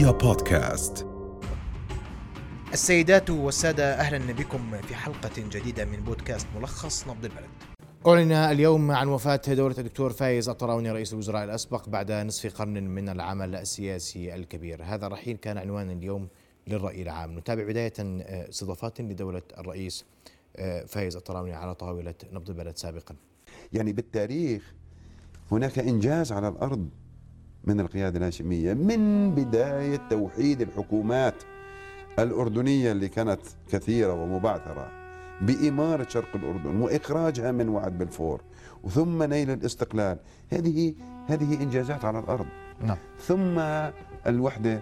رؤيا بودكاست. السيدات والسادة، أهلا بكم في حلقة جديدة من بودكاست ملخص نبض البلد. أعلن اليوم عن وفاة دولة الدكتور فايز الطراوني رئيس الوزراء الأسبق بعد نصف قرن من العمل السياسي الكبير. هذا الرحيل كان عنوان اليوم للرأي العام. نتابع بداية استضافات لدولة الرئيس فايز الطراوني على طاولة نبض البلد سابقا. يعني بالتاريخ هناك إنجاز على الأرض من القيادة الهاشمية، من بداية توحيد الحكومات الأردنية اللي كانت كثيرة ومبعثرة بإمارة شرق الأردن وإخراجها من وعد بلفور وثم نيل الاستقلال. هذه إنجازات على الأرض. نعم. ثم الوحدة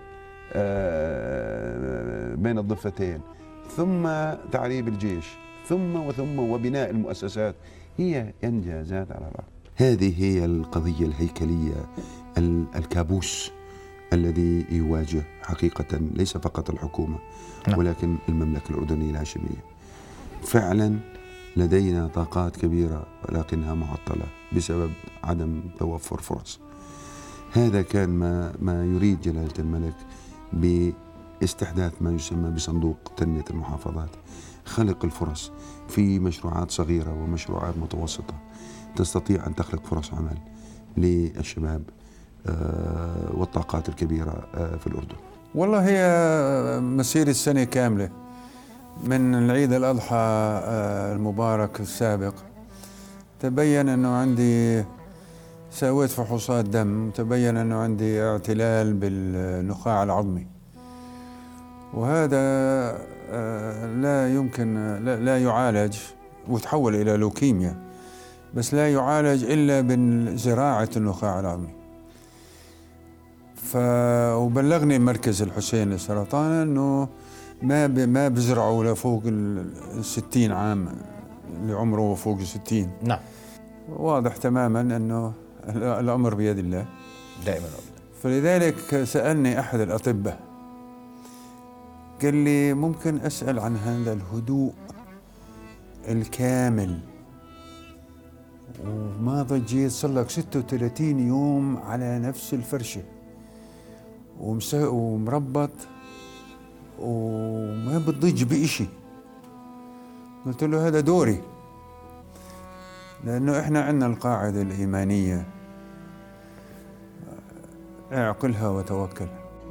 بين الضفتين، ثم تعريب الجيش، ثم وبناء المؤسسات، هي إنجازات على الأرض. هذه هي القضية الهيكلية، الكابوس الذي يواجه حقيقة ليس فقط الحكومة ولكن المملكة الأردنية الهاشمية. فعلا لدينا طاقات كبيرة ولكنها معطلة بسبب عدم توفر فرص. هذا كان ما يريد جلالة الملك باستحداث ما يسمى بصندوق تنمية المحافظات، خلق الفرص في مشروعات صغيرة ومشروعات متوسطة تستطيع أن تخلق فرص عمل للشباب والطاقات الكبيرة في الأردن. والله هي مسيرة سنة كاملة من العيد الأضحى المبارك السابق. تبين أنه سويت فحوصات دم، وتبين أنه عندي اعتلال بالنخاع العظمي، وهذا لا يمكن لا يعالج، وتحول إلى لوكيميا، بس لا يعالج إلا بزراعة النخاع العظمي. وبلغني مركز الحسين للسرطان أنه ما بزرعوا لفوق 60 عام، اللي عمره فوق 60. نعم. واضح تماما أنه الأمر بيد الله دائما. فلذلك سألني أحد الأطباء، قال لي ممكن أسأل عن هذا الهدوء الكامل، وما ضجيت، صار لك 36 يوم على نفس الفرشة ومربط وما بتضج بإشي. قلت له هذا دوري، لأنه إحنا عندنا القاعدة الإيمانية: اعقلها وتوكل.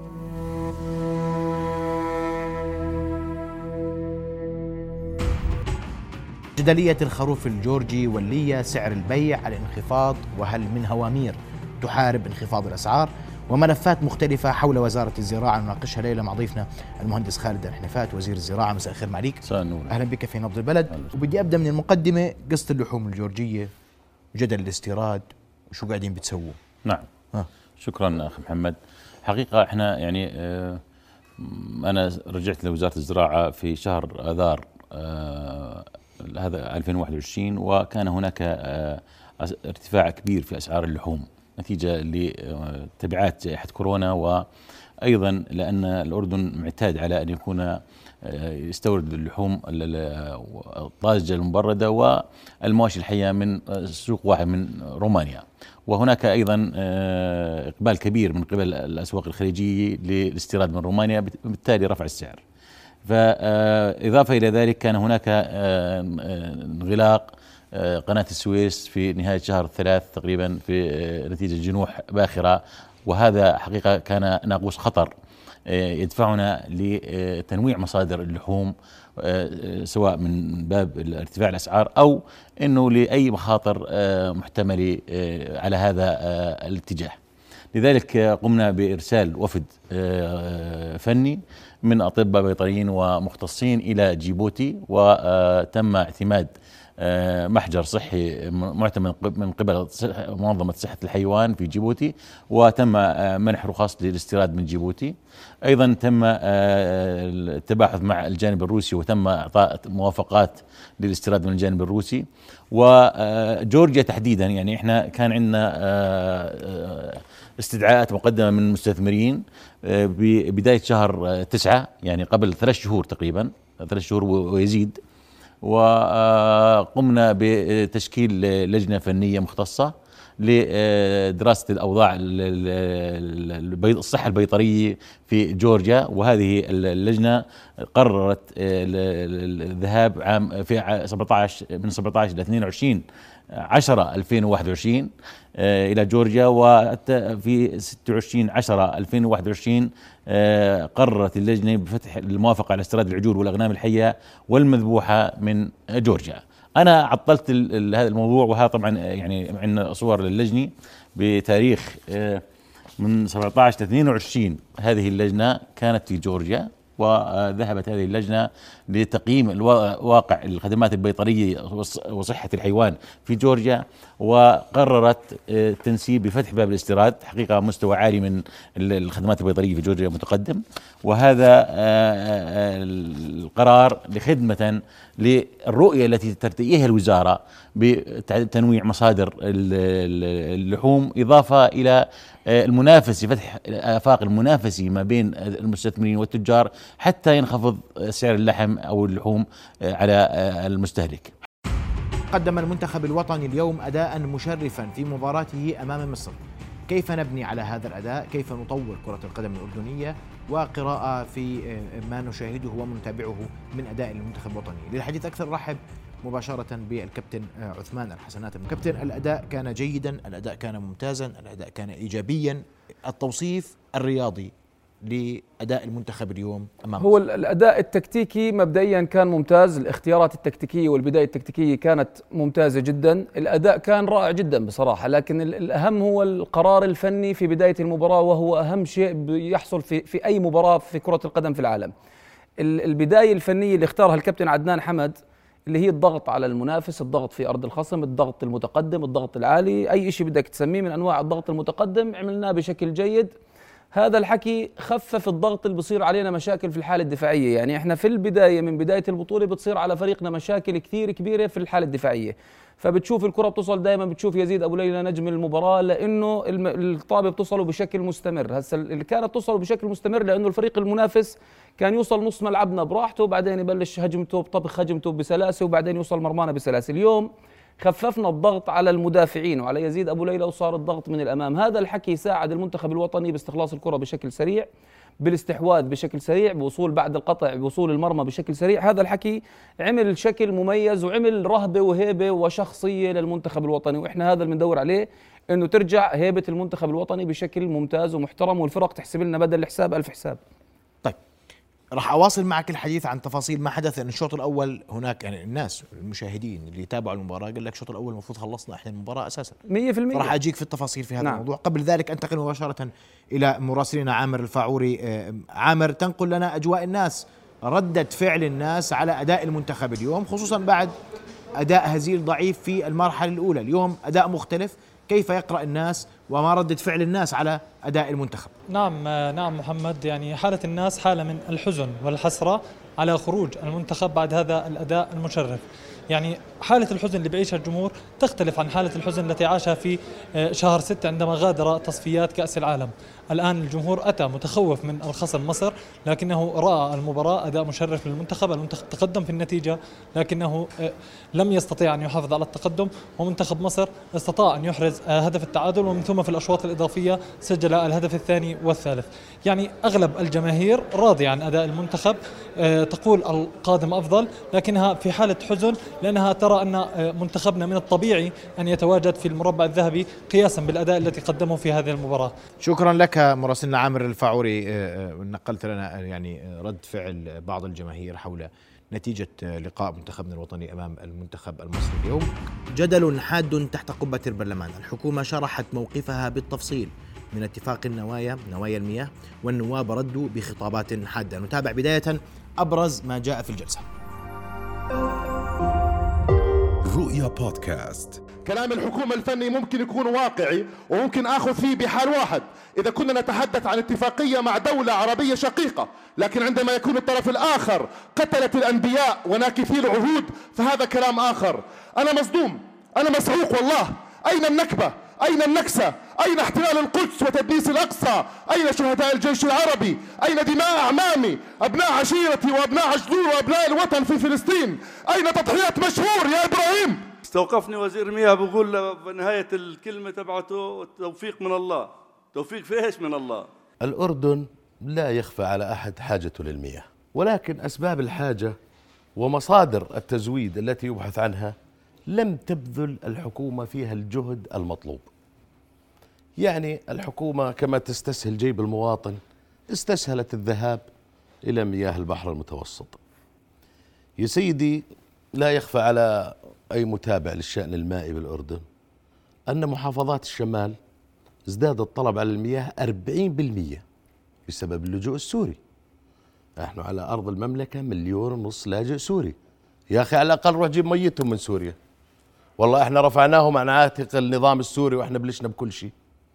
جدلية الخروف الجورجي واللية، سعر البيع، الانخفاض، وهل من هوامير تحارب انخفاض الأسعار، وملفات مختلفة حول وزارة الزراعة نناقشها ليلة مع ضيفنا المهندس خالد الحنفات وزير الزراعة. مساء الخير عليك. مساء النور. أهلا بك في نبض البلد. وبدي أبدأ من المقدمة، قصة اللحوم الجورجية، جدل الاستيراد، وشو قاعدين بتسووا؟ نعم. شكرا أخي محمد. حقيقة احنا يعني أنا رجعت لوزارة الزراعة في شهر آذار هذا 2021، وكان هناك ارتفاع كبير في أسعار اللحوم نتيجة لتبعات جائحة كورونا، وأيضا لأن الأردن معتاد على أن يكون يستورد اللحوم الطازجة المبردة والمواشي الحية من سوق واحد من رومانيا، وهناك أيضا إقبال كبير من قبل الأسواق الخليجية للاستيراد من رومانيا، بالتالي رفع السعر. فإضافة إلى ذلك كان هناك انغلاق قناة السويس في نهاية شهر 3 تقريبا في نتيجة جنوح باخرة، وهذا حقيقة كان ناقوس خطر يدفعنا لتنويع مصادر اللحوم، سواء من باب ارتفاع الأسعار أو أنه لأي مخاطر محتملة على هذا الاتجاه. لذلك قمنا بإرسال وفد فني من أطباء بيطريين ومختصين إلى جيبوتي، وتم اعتماد محجر صحي معتمد من قبل منظمة صحة الحيوان في جيبوتي، وتم منح رخص للاستيراد من جيبوتي. أيضا تم التباحث مع الجانب الروسي وتم إعطاء موافقات للاستيراد من الجانب الروسي. وجورجيا تحديدا، يعني احنا كان عندنا استدعاءات مقدمة من المستثمرين ببداية شهر 9، يعني قبل 3 شهور تقريبا، 3 شهور ويزيد، وقمنا بتشكيل لجنة فنية مختصة لدراسة الأوضاع الصحة البيطرية في جورجيا. وهذه اللجنة قررت الذهاب عام في 17 من 17 إلى 22/10/2021 إلى جورجيا، وفي 26/10/2021 قررت اللجنة بفتح الموافقة على استيراد العجول والأغنام الحية والمذبوحة من جورجيا. أنا عطلت هذا الموضوع، وهذا طبعا يعني عندنا صور للجنة بتاريخ من 17 ل 22. هذه اللجنة كانت في جورجيا، وذهبت هذه اللجنة لتقييم واقع الخدمات البيطرية وصحة الحيوان في جورجيا، وقررت التنسيب بفتح باب الاستيراد. حقيقة مستوى عالي من الخدمات البيطرية في جورجيا متقدم، وهذا القرار لخدمة للرؤية التي ترتئيها الوزارة بتنويع مصادر اللحوم، إضافة إلى المنافسة، فتح آفاق المنافسة ما بين المستثمرين والتجار حتى ينخفض سعر اللحم أو اللحوم على المستهلك. قدم المنتخب الوطني اليوم أداء مشرفا في مباراته أمام مصر. كيف نبني على هذا الأداء؟ كيف نطور كرة القدم الأردنية؟ وقراءة في ما نشاهده ونتابعه من أداء المنتخب الوطني. للحديث أكثر رحب مباشرة بالكابتن عثمان الحسنات. كابتن، الأداء كان جيدا، الأداء كان ممتازا، الأداء كان إيجابيا. التوصيف الرياضي لأداء المنتخب اليوم أمام هو الأداء التكتيكي مبدئيا كان ممتاز، الاختيارات التكتيكية والبداية التكتيكية كانت ممتازة جدا، الأداء كان رائع جدا بصراحة. لكن الأهم هو القرار الفني في بداية المباراة، وهو أهم شيء يحصل في أي مباراة في كرة القدم في العالم. البداية الفنية اللي اختارها الكابتن عدنان حمد، اللي هي الضغط على المنافس، الضغط في أرض الخصم، الضغط المتقدم، الضغط العالي، أي شيء بدك تسميه من أنواع الضغط المتقدم عملناه بشكل جيد. هذا الحكي خفف الضغط اللي بصير علينا مشاكل في الحالة الدفاعية. يعني احنا في البداية من بداية البطولة بتصير على فريقنا مشاكل كثير كبيرة في الحالة الدفاعية، فبتشوف الكرة بتوصل دائما، بتشوف يزيد أبو ليلى نجم المباراة لأنه الطابة بتوصله بشكل مستمر. هسه اللي كانت توصله بشكل مستمر لأنه الفريق المنافس كان يوصل نص ملعبنا براحته، وبعدين يبلش هجمته بطبخ هجمته بسلاسة، وبعدين يوصل مرمانا بسلاسة. اليوم خففنا الضغط على المدافعين وعلى يزيد أبو ليلى، وصار الضغط من الأمام. هذا الحكي ساعد المنتخب الوطني باستخلاص الكرة بشكل سريع، بالاستحواذ بشكل سريع، بوصول بعد القطع، بوصول المرمى بشكل سريع. هذا الحكي عمل شكل مميز وعمل رهبة وهيبة وشخصية للمنتخب الوطني، وإحنا هذا اللي بندور عليه، إنه ترجع هيبة المنتخب الوطني بشكل ممتاز ومحترم، والفرق تحسب لنا بدل الحساب 1000 حساب. طيب، راح أواصل معك الحديث عن تفاصيل ما حدث. لأن الشوط الأول هناك يعني الناس المشاهدين اللي يتابعوا المباراة قال لك الشوط الأول المفروض خلصنا إحنا المباراة أساسا 100%. راح أجيك في التفاصيل في هذا نعم. الموضوع. قبل ذلك أنتقل مباشرة إلى مراسلنا عامر الفاعوري. عامر، تنقل لنا أجواء الناس، ردة فعل الناس على أداء المنتخب اليوم، خصوصا بعد أداء هزيل ضعيف في المرحلة الأولى. اليوم أداء مختلف، كيف يقرأ الناس وما ردة فعل الناس على أداء المنتخب؟ نعم محمد، يعني حالة الناس حالة من الحزن والحسرة على خروج المنتخب بعد هذا الأداء المشرف. يعني حالة الحزن اللي بيعيشها الجمهور تختلف عن حالة الحزن التي عاشها في شهر 6 عندما غادر تصفيات كأس العالم. الآن الجمهور أتى متخوف من الخصم مصر، لكنه رأى المباراة أداء مشرف للمنتخب. تقدم في النتيجة لكنه لم يستطيع أن يحافظ على التقدم، ومنتخب مصر استطاع أن يحرز هدف التعادل، ومن ثم في الأشواط الإضافية سجل الهدف الثاني والثالث. يعني أغلب الجماهير راضية عن أداء المنتخب، تقول القادم أفضل، لكنها في حالة حزن لأنها ترى أن منتخبنا من الطبيعي أن يتواجد في المربع الذهبي قياسا بالأداء الذي قدمه في هذه المباراة. شكرا لك مراسلنا عامر الفاعوري، نقلت لنا يعني رد فعل بعض الجماهير حول نتيجة لقاء منتخبنا الوطني أمام المنتخب المصري اليوم. جدل حاد تحت قبة البرلمان. الحكومة شرحت موقفها بالتفصيل من اتفاق نوايا المياه، والنواب ردوا بخطابات حادة. نتابع بداية أبرز ما جاء في الجلسة. رؤيا بودكاست. كلام الحكومة الفني ممكن يكون واقعي وممكن أخذ فيه بحال واحد إذا كنا نتحدث عن اتفاقية مع دولة عربية شقيقة، لكن عندما يكون الطرف الآخر قتلة الأنبياء وناكثي العهود فهذا كلام آخر. أنا مصدوم، أنا مسعوق والله. أين النكبة؟ أين النكسة؟ أين احتلال القدس وتدنيس الأقصى؟ أين شهداء الجيش العربي؟ أين دماء أعمامي، أبناء عشيرتي وأبناء عجلون وأبناء الوطن في فلسطين؟ أين تضحية مشهور يا إبراهيم؟ استوقفني وزير مياه بقول بنهاية الكلمة تبعته توفيق من الله. توفيق في إيش من الله؟ الأردن لا يخفى على أحد حاجته للمياه، ولكن أسباب الحاجة ومصادر التزويد التي يبحث عنها لم تبذل الحكومة فيها الجهد المطلوب. يعني الحكومة كما تستسهل جيب المواطن استسهلت الذهاب إلى مياه البحر المتوسط. يا سيدي، لا يخفى على أي متابع للشأن المائي بالأردن أن محافظات الشمال ازداد الطلب على المياه 40% بسبب اللجوء السوري. نحن على أرض المملكة 1.5 مليون لاجئ سوري. يا أخي على الأقل روح جيب ميتهم من سوريا. والله احنا رفعناهم عن عاتق النظام السوري واحنا بلشنا بكل شيء.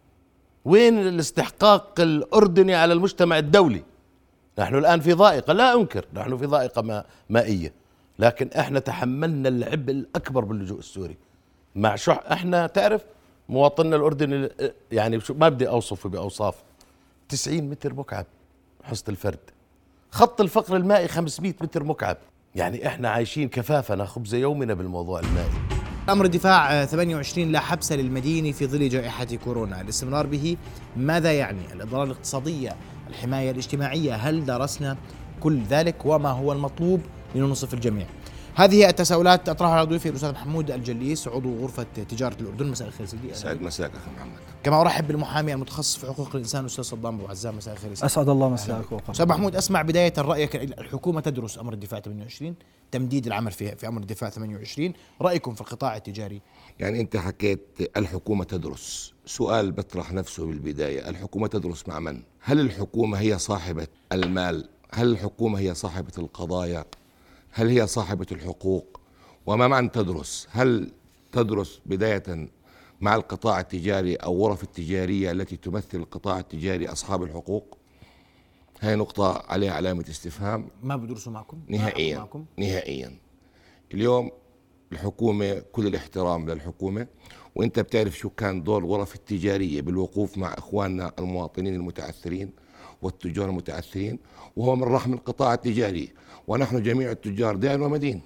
وين الاستحقاق الأردني على المجتمع الدولي؟ نحن الآن في ضائقة، لا أنكر نحن في ضائقة مائية، لكن احنا تحملنا العبء الأكبر باللجوء السوري مع احنا تعرف مواطننا الأردني يعني ما بدي أوصفه بأوصاف 90 متر مكعب حصة الفرد، خط الفقر المائي 500 متر مكعب. يعني احنا عايشين كفافنا خبز يومنا بالموضوع المائي. أمر الدفاع 28 لا حبس للمديني في ظل جائحة كورونا، الاستمرار به ماذا يعني؟ الأضرار الاقتصادية، الحماية الاجتماعية، هل درسنا كل ذلك وما هو المطلوب لننصف الجميع؟ هذه التساؤلات أطرحها على ضيوفي الأستاذ محمود الجليس عضو غرفة تجارة الأردن. مساء الخير سيدي. سعد مساك أخي محمد. كما أرحب بالمحامي المتخصص في حقوق الإنسان الأستاذ صدام أبو عزام. مساء الخير سيدي. أسعد الله مساك. أستاذ محمود، أسمع بداية رأيك. الحكومة تدرس أمر الدفاع 28، تمديد العمل في أمر الدفاع 28، رأيكم في القطاع التجاري؟ يعني أنت حكيت الحكومة تدرس، سؤال بطرح نفسه بالبداية، الحكومة تدرس مع من؟ هل الحكومة هي صاحبة المال؟ هل الحكومة هي صاحبة القضايا؟ هل هي صاحبة الحقوق؟ وما معنى تدرس؟ هل تدرس بداية مع القطاع التجاري أو غرف التجارية التي تمثل القطاع التجاري أصحاب الحقوق؟ هاي نقطة عليها علامة استفهام. ما بدرسوا معكم؟ نهائيا معكم؟ نهائيا. اليوم الحكومة كل الاحترام للحكومة، وانت بتعرف شو كان دور الغرف التجارية بالوقوف مع اخواننا المواطنين المتعثرين والتجار المتعثرين، وهو من رحم القطاع التجاري، ونحن جميع التجار داعٍ ومدين.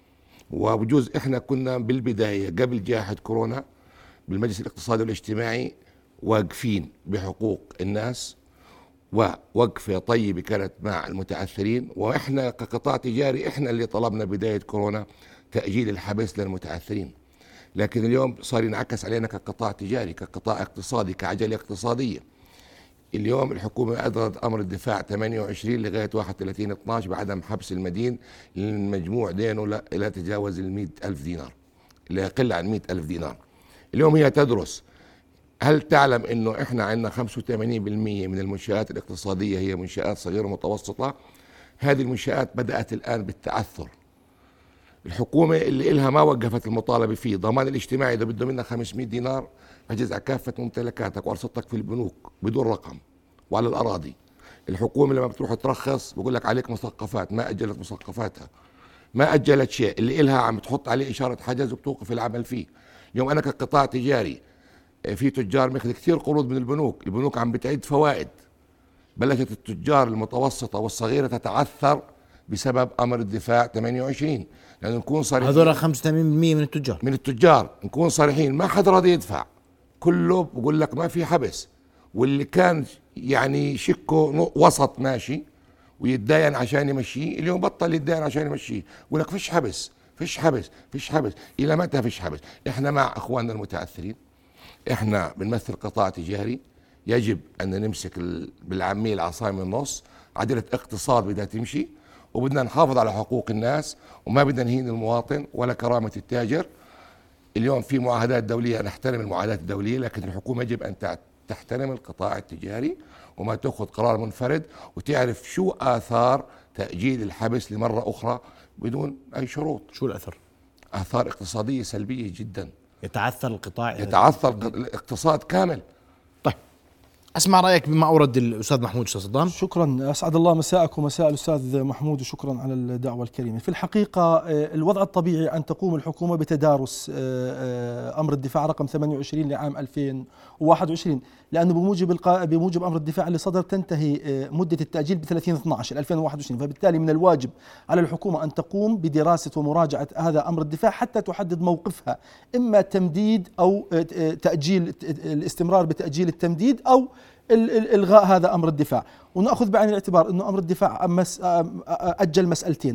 وبجوز احنا كنا بالبداية قبل جائحة كورونا بالمجلس الاقتصادي والاجتماعي واقفين بحقوق الناس، ووقفة طيبة كانت مع المتعثرين، واحنا كقطاع تجاري احنا اللي طلبنا بداية كورونا تأجيل الحبس للمتعثرين. لكن اليوم صار ينعكس علينا كقطاع تجاري، كقطاع اقتصادي، كعجلة اقتصادية. اليوم الحكومة أدرت أمر الدفاع 28 لغاية 31/12 بعدم حبس المدين للمجموع دينه لا يتجاوز 100,000 دينار، لا يقل عن 100,000 دينار. اليوم هي تدرس. هل تعلم أنه إحنا عندنا 85% من المنشآت الاقتصادية هي منشآت صغيرة ومتوسطة؟ هذه المنشآت بدأت الآن بالتعثر. الحكومة اللي إلها ما وقفت المطالبة فيه، ضمان الاجتماعي إذا بده منك 500 دينار احجز على كافة ممتلكاتك وأرصدتك في البنوك بدون رقم وعلى الأراضي. الحكومة لما بتروح ترخص بقول لك عليك مثقفات، ما أجلت مثقفاتها، ما أجلت شيء، اللي إلها عم تحط عليه إشارة حجز وبتوقف العمل فيه. اليوم أنا كقطاع تجاري في تجار ماخذ كثير قروض من البنوك، البنوك عم بتعد فوائد، بلشت التجار المتوسطة والصغيرة تتعثر بسبب أمر الدفاع 28. لأنه نكون صريحين، هذول 85% من التجار نكون صريحين ما حد راضي يدفع، كله بقول لك ما في حبس، واللي كان يعني شكه وسط ماشي ويتداين عشان يمشيه اليوم بطل يتداين عشان يمشيه، يقول لك فيش حبس فيش حبس فيش حبس. إلى متى فيش حبس؟ إحنا مع إخواننا المتعثرين، إحنا بنمثل قطاع تجاري، يجب أن نمسك بالعامية العصاية من النص، عدلة اقتصاد بدها تمشي، وبدنا نحافظ على حقوق الناس، وما بدنا نهين المواطن ولا كرامة التاجر. اليوم في معاهدات دولية، نحترم المعاهدات الدولية، لكن الحكومة يجب أن تحترم القطاع التجاري وما تأخذ قرار منفرد، وتعرف شو آثار تأجيل الحبس لمرة أخرى بدون أي شروط. شو الأثر؟ آثار اقتصادية سلبية جدا. يتعثر القطاع، يتعثر الاقتصاد كامل. طيب أسمع رأيك بما أورد الأستاذ محمود. أستاذ صدام. شكرا، أسعد الله مساءك ومساء الأستاذ محمود، وشكرا على الدعوة الكريمة. في الحقيقة الوضع الطبيعي أن تقوم الحكومة بتدارس أمر الدفاع رقم 28 لعام 2021، لأنه بموجب أمر الدفاع اللي صدر تنتهي مدة التأجيل ب 30/12/2021، فبالتالي من الواجب على الحكومة أن تقوم بدراسة ومراجعة هذا أمر الدفاع حتى تحدد موقفها، إما تمديد أو تأجيل، الاستمرار بتأجيل التمديد أو الغاء هذا امر الدفاع. وناخذ بعين الاعتبار انه امر الدفاع اجل مسالتين: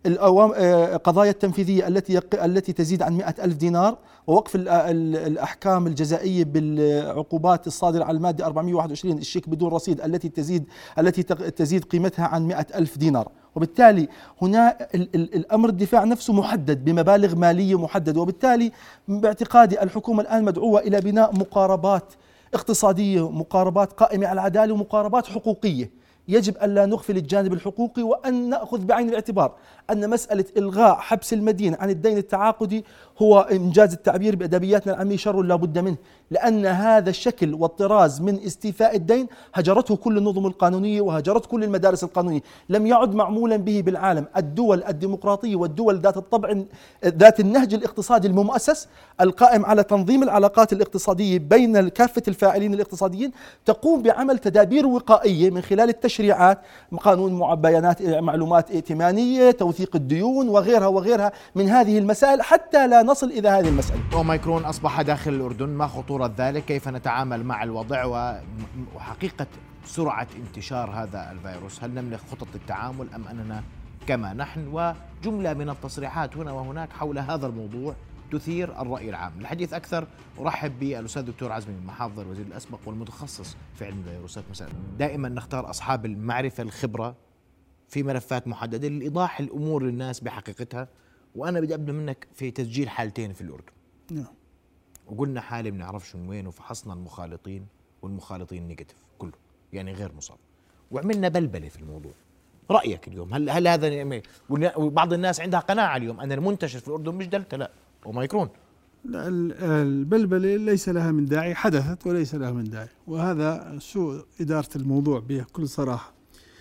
قضايا التنفيذيه التي تزيد عن 100,000 دينار، ووقف الأحكام الجزائية بالعقوبات الصادرة على المادة 421 الشيك بدون رصيد التي تزيد قيمتها عن 100,000 دينار. وبالتالي هنا الأمر الدفاع نفسه محدد بمبالغ مالية محددة، وبالتالي باعتقادي الحكومة الآن مدعوة إلى بناء مقاربات اقتصادية، مقاربات قائمة على العدالة، ومقاربات حقوقية. يجب أن لا نغفل الجانب الحقوقي، وأن نأخذ بعين الاعتبار أن مسألة إلغاء حبس المدين عن الدين التعاقدي هو إنجاز التعبير بأدبياتنا العامية شر لا بد منه، لأن هذا الشكل والطراز من استيفاء الدين هجرته كل النظم القانونية وهجرت كل المدارس القانونية، لم يعد معمولا به بالعالم. الدول الديمقراطية والدول ذات الطبع ذات النهج الاقتصادي المؤسس القائم على تنظيم العلاقات الاقتصادية بين كافة الفاعلين الاقتصاديين تقوم بعمل تدابير وقائية من خلال التشريعات، قانون بيانات معلومات ائتمانية، توثيق الديون وغيرها من هذه المسائل، حتى لا نصل إلى هذه المسألة. أوميكرون أصبح داخل الأردن، ما خطورة ذلك؟ كيف نتعامل مع الوضع وحقيقة سرعة انتشار هذا الفيروس؟ هل نملك خطط التعامل أم أننا كما نحن؟ وجملة من التصريحات هنا وهناك حول هذا الموضوع تثير الرأي العام. الحديث أكثر أرحب بالأستاذ الدكتور عزمي المحافظ الوزير الأسبق والمتخصص في علم الفيروسات. مثلا دائما نختار أصحاب المعرفة الخبرة في ملفات محددة لإيضاح الأمور للناس بحقيقتها. وأنا بدي أبدأ منك في تسجيل حالتين في الأردن. نعم. وقلنا حالة بنعرفش من وين، وفحصنا المخالطين والمخالطين نيجاتيف كله، يعني غير مصاب، وعملنا بلبلة في الموضوع. رأيك اليوم هل هذا، وبعض الناس عندها قناعة اليوم أن المنتشر في الأردن مش دلتا، لا أوميكرون. لا، البلبلة ليس لها من داعي، حدثت وليس لها من داعي، وهذا سوء إدارة الموضوع بكل صراحة.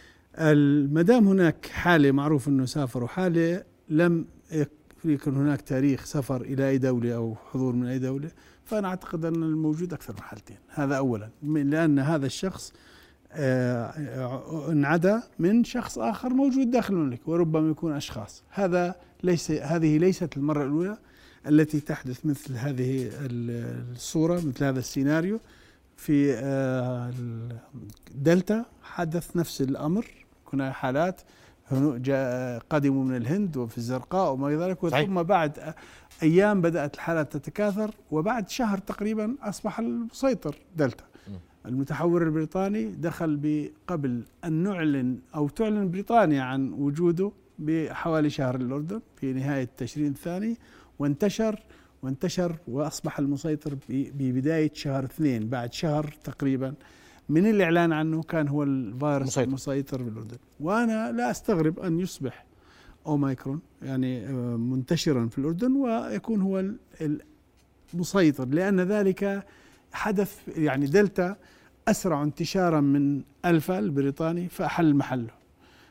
المدام هناك حالة معروف أنه سافر، وحالة لم يكن هناك تاريخ سفر إلى أي دولة أو حضور من أي دولة، فأنا أعتقد أن الموجود أكثر من حالتين. هذا أولا، لأن هذا الشخص انعدى من شخص آخر موجود داخل المملكة، وربما يكون أشخاص. هذه ليست المرة الأولى التي تحدث مثل هذه الصورة، مثل هذا السيناريو. في دلتا حدث نفس الأمر، كنا حالات قدموا من الهند وفي الزرقاء وما إلى ذلك، ثم بعد أيام بدأت الحالات تتكاثر، وبعد شهر تقريبا أصبح المسيطر دلتا. المتحور البريطاني دخل قبل أن نعلن أو تعلن بريطانيا عن وجوده بحوالي شهر الأردن في نهاية تشرين الثاني، وانتشر وأصبح المسيطر ببداية شهر 2. بعد شهر تقريبا من الإعلان عنه كان هو الفيروس المسيطر بالأردن. وأنا لا أستغرب أن يصبح أوميكرون يعني منتشرا في الأردن ويكون هو المسيطر، لأن ذلك حدث. يعني دلتا أسرع انتشارا من ألفا البريطاني فأحل محله،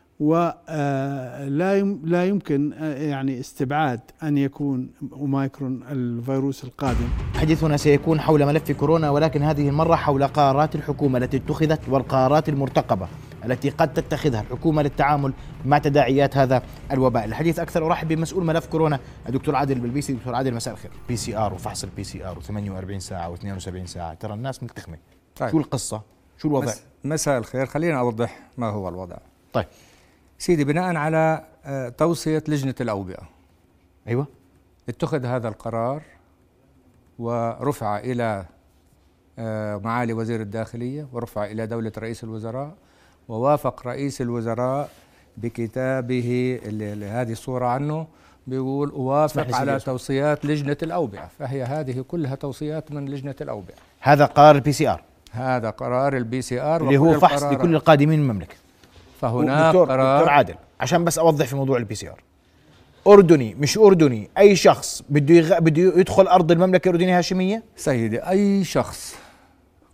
ولا يمكن يعني استبعاد أن يكون أوميكرون الفيروس القادم. حديثنا سيكون حول ملف كورونا، ولكن هذه المرة حول قرارات الحكومة التي اتخذت والقرارات المرتقبة التي قد تتخذها الحكومة للتعامل مع تداعيات هذا الوباء. الحديث أكثر أرحب بمسؤول ملف كورونا الدكتور عادل البلبيسي. دكتور عادل مساء الخير. PCR وفحص PCR و48 ساعة و72 ساعة، ترى الناس ملتخمة. طيب. شو القصة؟ شو الوضع؟ مساء الخير، خلينا أوضح ما هو الوضع. طيب سيدي، بناء على توصية لجنة الأوبئة، أيوة، اتخذ هذا القرار ورفع إلى معالي وزير الداخلية، ورفع إلى دولة رئيس الوزراء، ووافق رئيس الوزراء بكتابه هذه الصورة عنه، بيقول أوافق على توصيات لجنة الأوبئة. فهي هذه كلها توصيات من لجنة الأوبئة. هذا قرار PCR، هذا قرار PCR اللي هو فحص لكل القادمين من المملكة. فهناك قرار. دكتور عادل، عشان بس أوضح في موضوع PCR، أردني مش أردني، أي شخص بده يدخل أرض المملكة الأردنية هاشمية. سيدي، أي شخص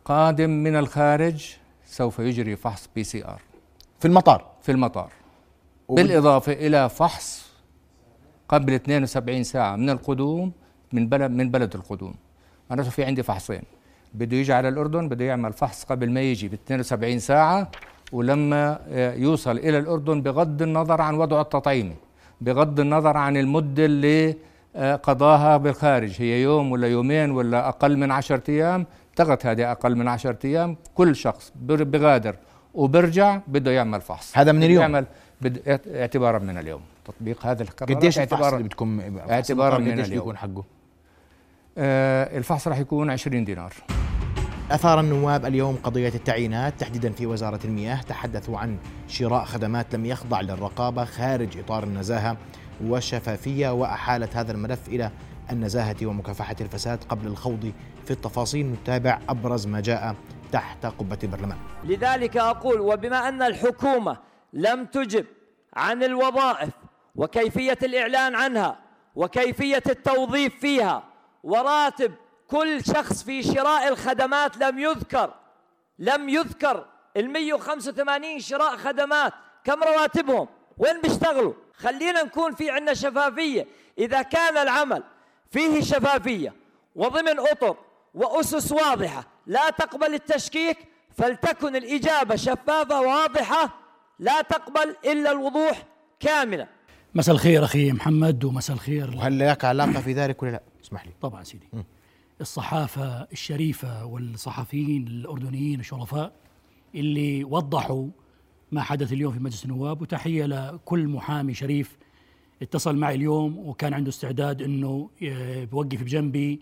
قادم من الخارج سوف يجري فحص PCR في المطار. في المطار بالإضافة إلى فحص قبل 72 ساعة من القدوم من بلد القدوم. أنا في عندي فحصين، بده يجي على الأردن بده يعمل فحص قبل ما يجي ب 72 ساعة، ولما يوصل إلى الأردن بغض النظر عن وضعه التطعيمي، بغض النظر عن المدة اللي قضاها بالخارج، هي يوم ولا يومين ولا أقل من 10 أيام، تغت هذه أقل من 10 أيام، كل شخص بغادر وبرجع بده يعمل فحص. هذا من اليوم اعتبارا من اليوم تطبيق هذا القرار. قديش الفحص اللي بتكون اعتبارا من اليوم بيكون حقه؟ الفحص راح يكون 20 دينار. أثار النواب اليوم قضية التعيينات تحديدا في وزارة المياه، تحدثوا عن شراء خدمات لم يخضع للرقابة خارج إطار النزاهة والشفافية، وأحالت هذا الملف إلى النزاهة ومكافحة الفساد. قبل الخوض في التفاصيل نتابع أبرز ما جاء تحت قبة البرلمان. لذلك أقول، وبما أن الحكومة لم تجب عن الوظائف وكيفية الإعلان عنها وكيفية التوظيف فيها وراتب كل شخص في شراء الخدمات لم يذكر 185 شراء خدمات كم رواتبهم، وين بيشتغلوا؟ خلينا نكون في عندنا شفافية. إذا كان العمل فيه شفافية وضمن أطر وأسس واضحة لا تقبل التشكيك، فلتكن الإجابة شفافة واضحة لا تقبل إلا الوضوح كاملا. مساء الخير أخي محمد، ومساء الخير. وهل لك علاقة في ذلك ولا لا؟ اسمح لي. طبعا سيدي. الصحافة الشريفة والصحفيين الأردنيين الشرفاء اللي وضحوا ما حدث اليوم في مجلس النواب، وتحية لكل محامي شريف اتصل معي اليوم وكان عنده استعداد أنه بوقف بجنبي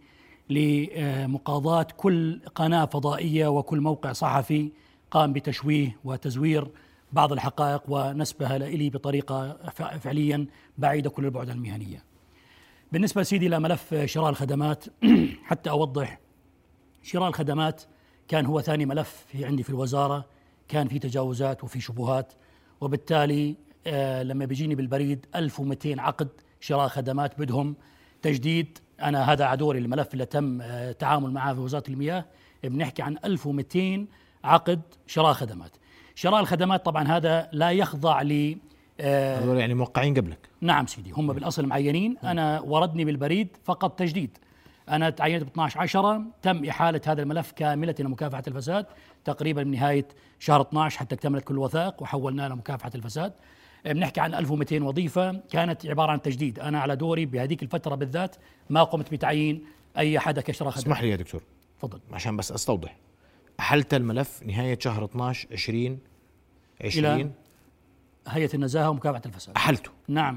لمقاضاة كل قناة فضائية وكل موقع صحفي قام بتشويه وتزوير بعض الحقائق ونسبها لي بطريقة فعليا بعيدة كل البعد عن المهنية. بالنسبة سيدي لملف شراء الخدمات حتى أوضح، شراء الخدمات كان هو ثاني ملف عندي في الوزارة، كان في تجاوزات وفي شبهات، وبالتالي لما بيجيني بالبريد 1200 عقد شراء خدمات بدهم تجديد، أنا هذا عدوري الملف اللي تم التعامل معه في وزارة المياه، بنحكي عن 1200 عقد شراء خدمات. شراء الخدمات طبعا هذا لا يخضع ل هذول يعني موقعين قبلك؟ نعم سيدي، هم بالأصل معينين، أنا وردني بالبريد فقط تجديد. أنا تعينت ب 12/10، تم إحالة هذا الملف كاملة لمكافحة الفساد تقريبا من نهاية شهر 12 حتى اكتملت كل الوثائق وحولناها لمكافحة الفساد. بنحكي عن 1200 وظيفة كانت عبارة عن تجديد. أنا على دوري بهذيك الفترة بالذات ما قمت بتعيين أي حدا كشراء خدمات. اسمح لي يا دكتور، تفضل. عشان بس أستوضح، أحلت الملف نهاية شهر 12/20 إلى هيئة النزاهة ومكافحة الفساد. أحلته؟ نعم.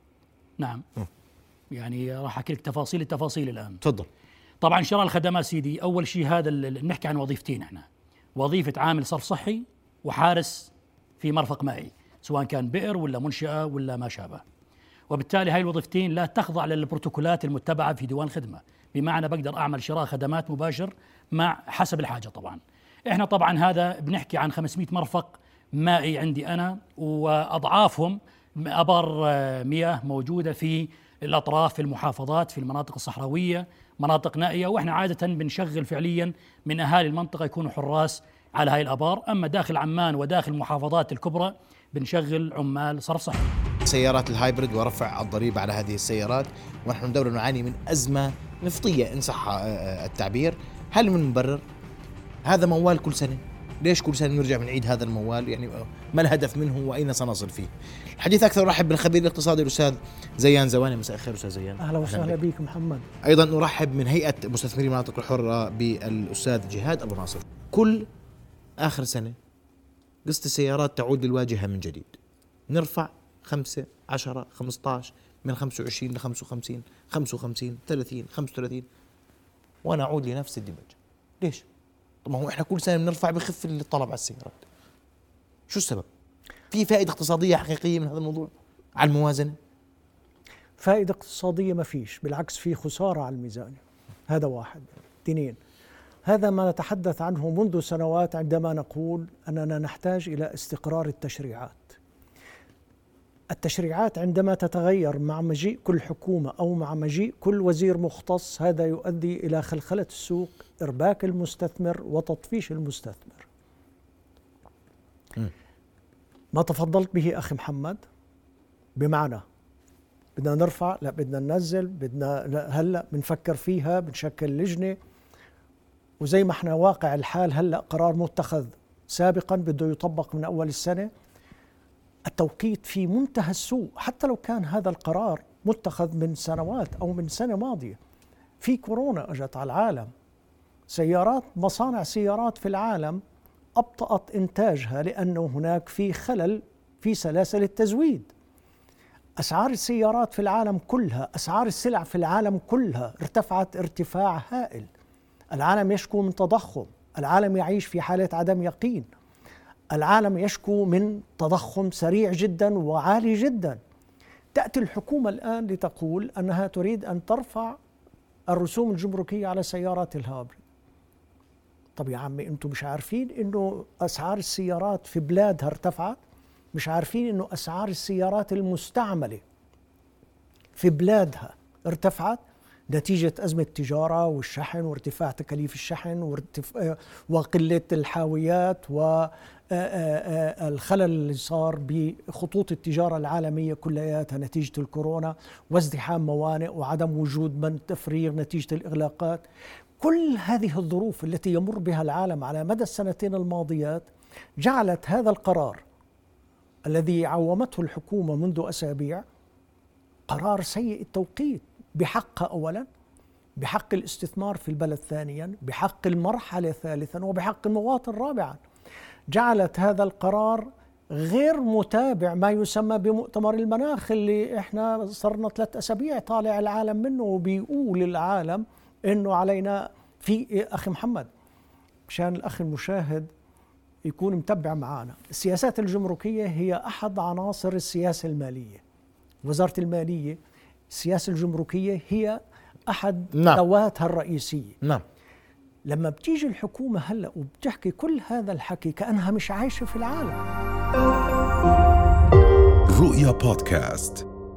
يعني راح أحكي لك التفاصيل الآن. تفضل. طبعا شراء الخدمات سيدي، أول شيء هذا اللي نحكي عن وظيفتين احنا، وظيفة عامل صرف صحي وحارس في مرفق مائي، سواء كان بئر ولا منشأة ولا ما شابه. وبالتالي هاي الوظيفتين لا تخضع للبروتوكولات المتبعة في ديوان الخدمة، بمعنى بقدر أعمل شراء خدمات مباشر مع حسب الحاجة. طبعا احنا طبعا هذا بنحكي عن 500 مرفق مائي عندي أنا، وأضعافهم أبار مياه موجودة في الأطراف، في المحافظات، في المناطق الصحراوية، مناطق نائية، وإحنا عادة بنشغل فعليا من أهالي المنطقة يكونوا حراس على هاي الأبار. أما داخل عمان وداخل المحافظات الكبرى بنشغل عمال صرف صحي. سيارات الهايبرد ورفع الضريبة على هذه السيارات، ونحن دولة نعاني من أزمة نفطية إن صح التعبير. هل من مبرر هذا موال كل سنة؟ ليش كل سنة نرجع بنعيد هذا الموال؟ يعني ما الهدف منه وأين سنصل فيه؟ الحديث أكثر أرحب بالخبير الاقتصادي الأستاذ زيان زواني. مساء الخير أستاذ زيان. أهلا وسهلا بك محمد. أيضا نرحب من هيئة مستثمري المناطق الحرة بالأستاذ جهاد أبو ناصر. كل آخر سنة قسط السيارات تعود للواجهة من جديد، نرفع 5 10 15 من 25 ل 55 55 30 35 وأنا أعود لنفس الدمج. ليش؟ طب ما هو احنا كل سنه بنرفع بخف الطلب على السيارات. شو السبب؟ في فائده اقتصاديه حقيقيه من هذا الموضوع على الموازنه؟ فائده اقتصاديه ما فيش، بالعكس في خساره على الميزانيه. هذا واحد. 2، هذا ما نتحدث عنه منذ سنوات عندما نقول اننا نحتاج الى استقرار التشريعات. التشريعات عندما تتغير مع مجيء كل حكومة أو مع مجيء كل وزير مختص، هذا يؤدي إلى خلخلة السوق، إرباك المستثمر وتطفيش المستثمر. ما تفضلت به أخي محمد، بمعنى بدنا نرفع، لا بدنا ننزل، بدنا هلأ بنفكر فيها، بنشكل لجنة، وزي ما احنا واقع الحال هلأ قرار متخذ سابقا بده يطبق من أول السنة. التوقيت في منتهى السوء، حتى لو كان هذا القرار متخذ من سنوات أو من سنة ماضية. في كورونا أجت على العالم، مصانع سيارات في العالم أبطأت إنتاجها لأنه هناك في خلل في سلاسل التزويد. أسعار السيارات في العالم كلها، أسعار السلع في العالم كلها ارتفعت ارتفاع هائل. العالم يشكو من تضخم، العالم يعيش في حالة عدم يقين، العالم يشكو من تضخم سريع جدا وعالي جدا. تأتي الحكومة الآن لتقول أنها تريد أن ترفع الرسوم الجمركية على سيارات الهابريد. طب يا عمي، أنتم مش عارفين أنه أسعار السيارات في بلادها ارتفعت؟ مش عارفين أنه أسعار السيارات المستعملة في بلادها ارتفعت نتيجة أزمة التجارة والشحن وارتفاع تكاليف الشحن وقلة الحاويات والخلل اللي صار بخطوط التجارة العالمية كلياتها نتيجة الكورونا وازدحام موانئ وعدم وجود من تفريغ نتيجة الإغلاقات. كل هذه الظروف التي يمر بها العالم على مدى السنتين الماضيات جعلت هذا القرار الذي عومته الحكومة منذ أسابيع قرار سيء التوقيت، بحق أولا، بحق الاستثمار في البلد ثانيا، بحق المرحلة ثالثا، وبحق المواطن رابعا. جعلت هذا القرار غير متابع ما يسمى بمؤتمر المناخ اللي احنا صرنا 3 أسابيع طالع العالم منه وبيقول العالم انه علينا في أخي محمد، مشان الأخ المشاهد يكون متبع معنا. السياسات الجمركية هي أحد عناصر السياسة المالية. وزارة المالية السياسة الجمركية هي أحد ذواتها الرئيسية. نعم. لما بتيجي الحكومة هلأ وبتحكي كل هذا الحكي كأنها مش عايشة في العالم. رؤيا بودكاست.